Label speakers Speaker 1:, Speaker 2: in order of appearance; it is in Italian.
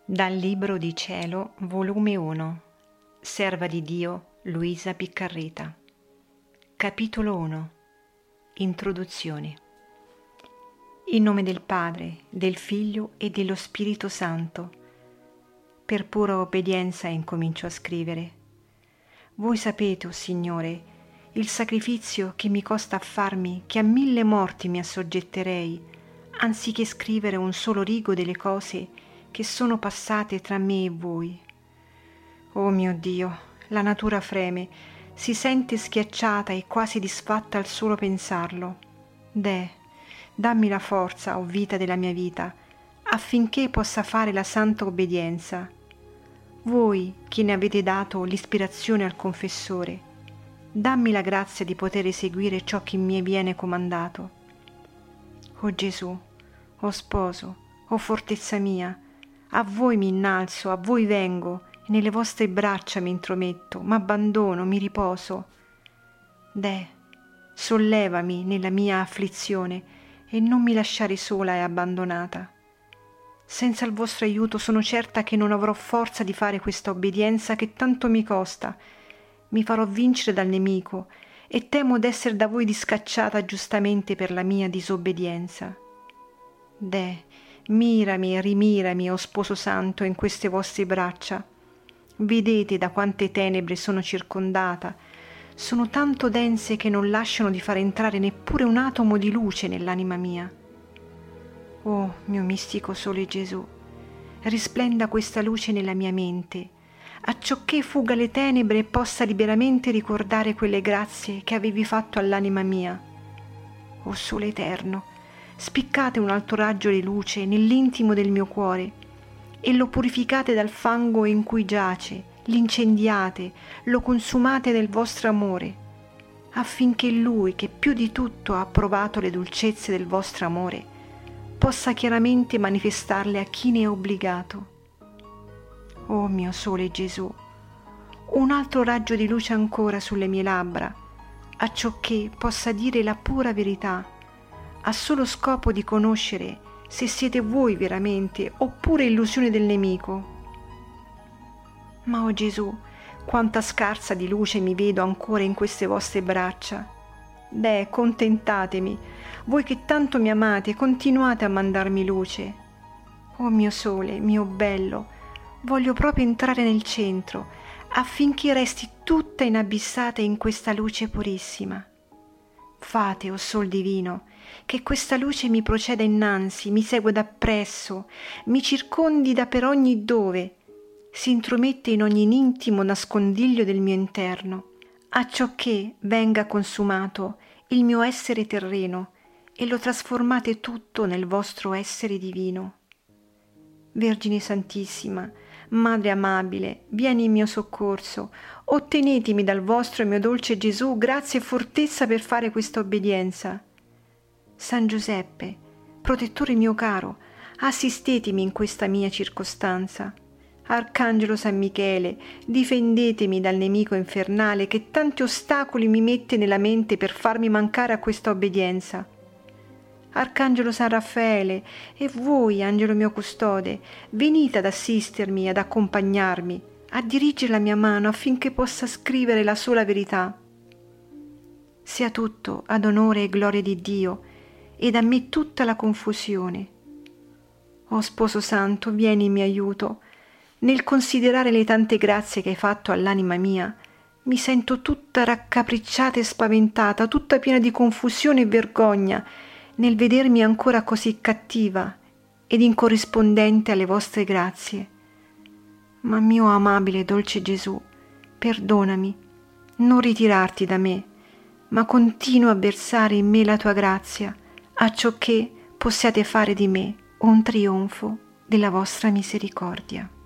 Speaker 1: Dal Libro di Cielo, volume 1, Serva di Dio Luisa Piccarreta. Capitolo 1. Introduzione. In nome del Padre, del Figlio e dello Spirito Santo, per pura obbedienza incomincio a scrivere. Voi sapete, o Signore, il sacrificio che mi costa farmi, che a 1000 morti mi assoggetterei, anziché scrivere un solo rigo delle cose che sono passate tra me e voi. Oh mio Dio, la natura freme, si sente schiacciata e quasi disfatta al solo pensarlo. Dammi la forza, o vita della mia vita, affinché possa fare la santa obbedienza. Voi che ne avete dato l'ispirazione al confessore, dammi la grazia di poter eseguire ciò che mi viene comandato. O Gesù, o sposo, o fortezza mia, a voi mi innalzo, a voi vengo, e nelle vostre braccia mi intrometto, m'abbandono, mi riposo. Sollevami nella mia afflizione e non mi lasciare sola e abbandonata. Senza il vostro aiuto sono certa che non avrò forza di fare questa obbedienza che tanto mi costa. Mi farò vincere dal nemico e temo d'essere da voi discacciata giustamente per la mia disobbedienza. Mirami e rimirami, o Sposo Santo, in queste vostre braccia. Vedete da quante tenebre sono circondata. Sono tanto dense che non lasciano di far entrare neppure un atomo di luce nell'anima mia. Oh, mio mistico Sole Gesù, risplenda questa luce nella mia mente, acciocché fugga le tenebre e possa liberamente ricordare quelle grazie che avevi fatto all'anima mia. O Sole Eterno, spiccate un alto raggio di luce nell'intimo del mio cuore e lo purificate dal fango in cui giace, l'incendiate, lo consumate del vostro amore, affinché Lui, che più di tutto ha provato le dolcezze del vostro amore, possa chiaramente manifestarle a chi ne è obbligato. Oh mio Sole Gesù, un altro raggio di luce ancora sulle mie labbra, acciocché possa dire la pura verità, a solo scopo di conoscere se siete voi veramente oppure illusione del nemico. Ma oh Gesù, quanta scarsa di luce mi vedo ancora in queste vostre braccia. Contentatemi, voi che tanto mi amate, continuate a mandarmi luce. Oh mio sole, mio bello, voglio proprio entrare nel centro, affinché resti tutta inabissata in questa luce purissima. Fate, o Sol divino, che questa luce mi proceda innanzi, mi segua dappresso, mi circondi da per ogni dove, si intromette in ogni intimo nascondiglio del mio interno, acciocché venga consumato il mio essere terreno e lo trasformate tutto nel vostro essere divino. Vergine Santissima, Madre amabile, vieni in mio soccorso, ottenetemi dal vostro mio dolce Gesù grazia e fortezza per fare questa obbedienza. San Giuseppe, protettore mio caro, assistetemi in questa mia circostanza. Arcangelo San Michele, difendetemi dal nemico infernale che tanti ostacoli mi mette nella mente per farmi mancare a questa obbedienza. Arcangelo San Raffaele, e voi, angelo mio custode, venite ad assistermi, ad accompagnarmi, a dirigere la mia mano affinché possa scrivere la sola verità. Sia tutto ad onore e gloria di Dio, ed a me tutta la confusione. O Sposo Santo, vieni in mio aiuto. Nel considerare le tante grazie che hai fatto all'anima mia, mi sento tutta raccapricciata e spaventata, tutta piena di confusione e vergogna, nel vedermi ancora così cattiva ed incorrispondente alle vostre grazie. Ma mio amabile e dolce Gesù, perdonami, non ritirarti da me, ma continua a versare in me la tua grazia, acciocché possiate fare di me un trionfo della vostra misericordia.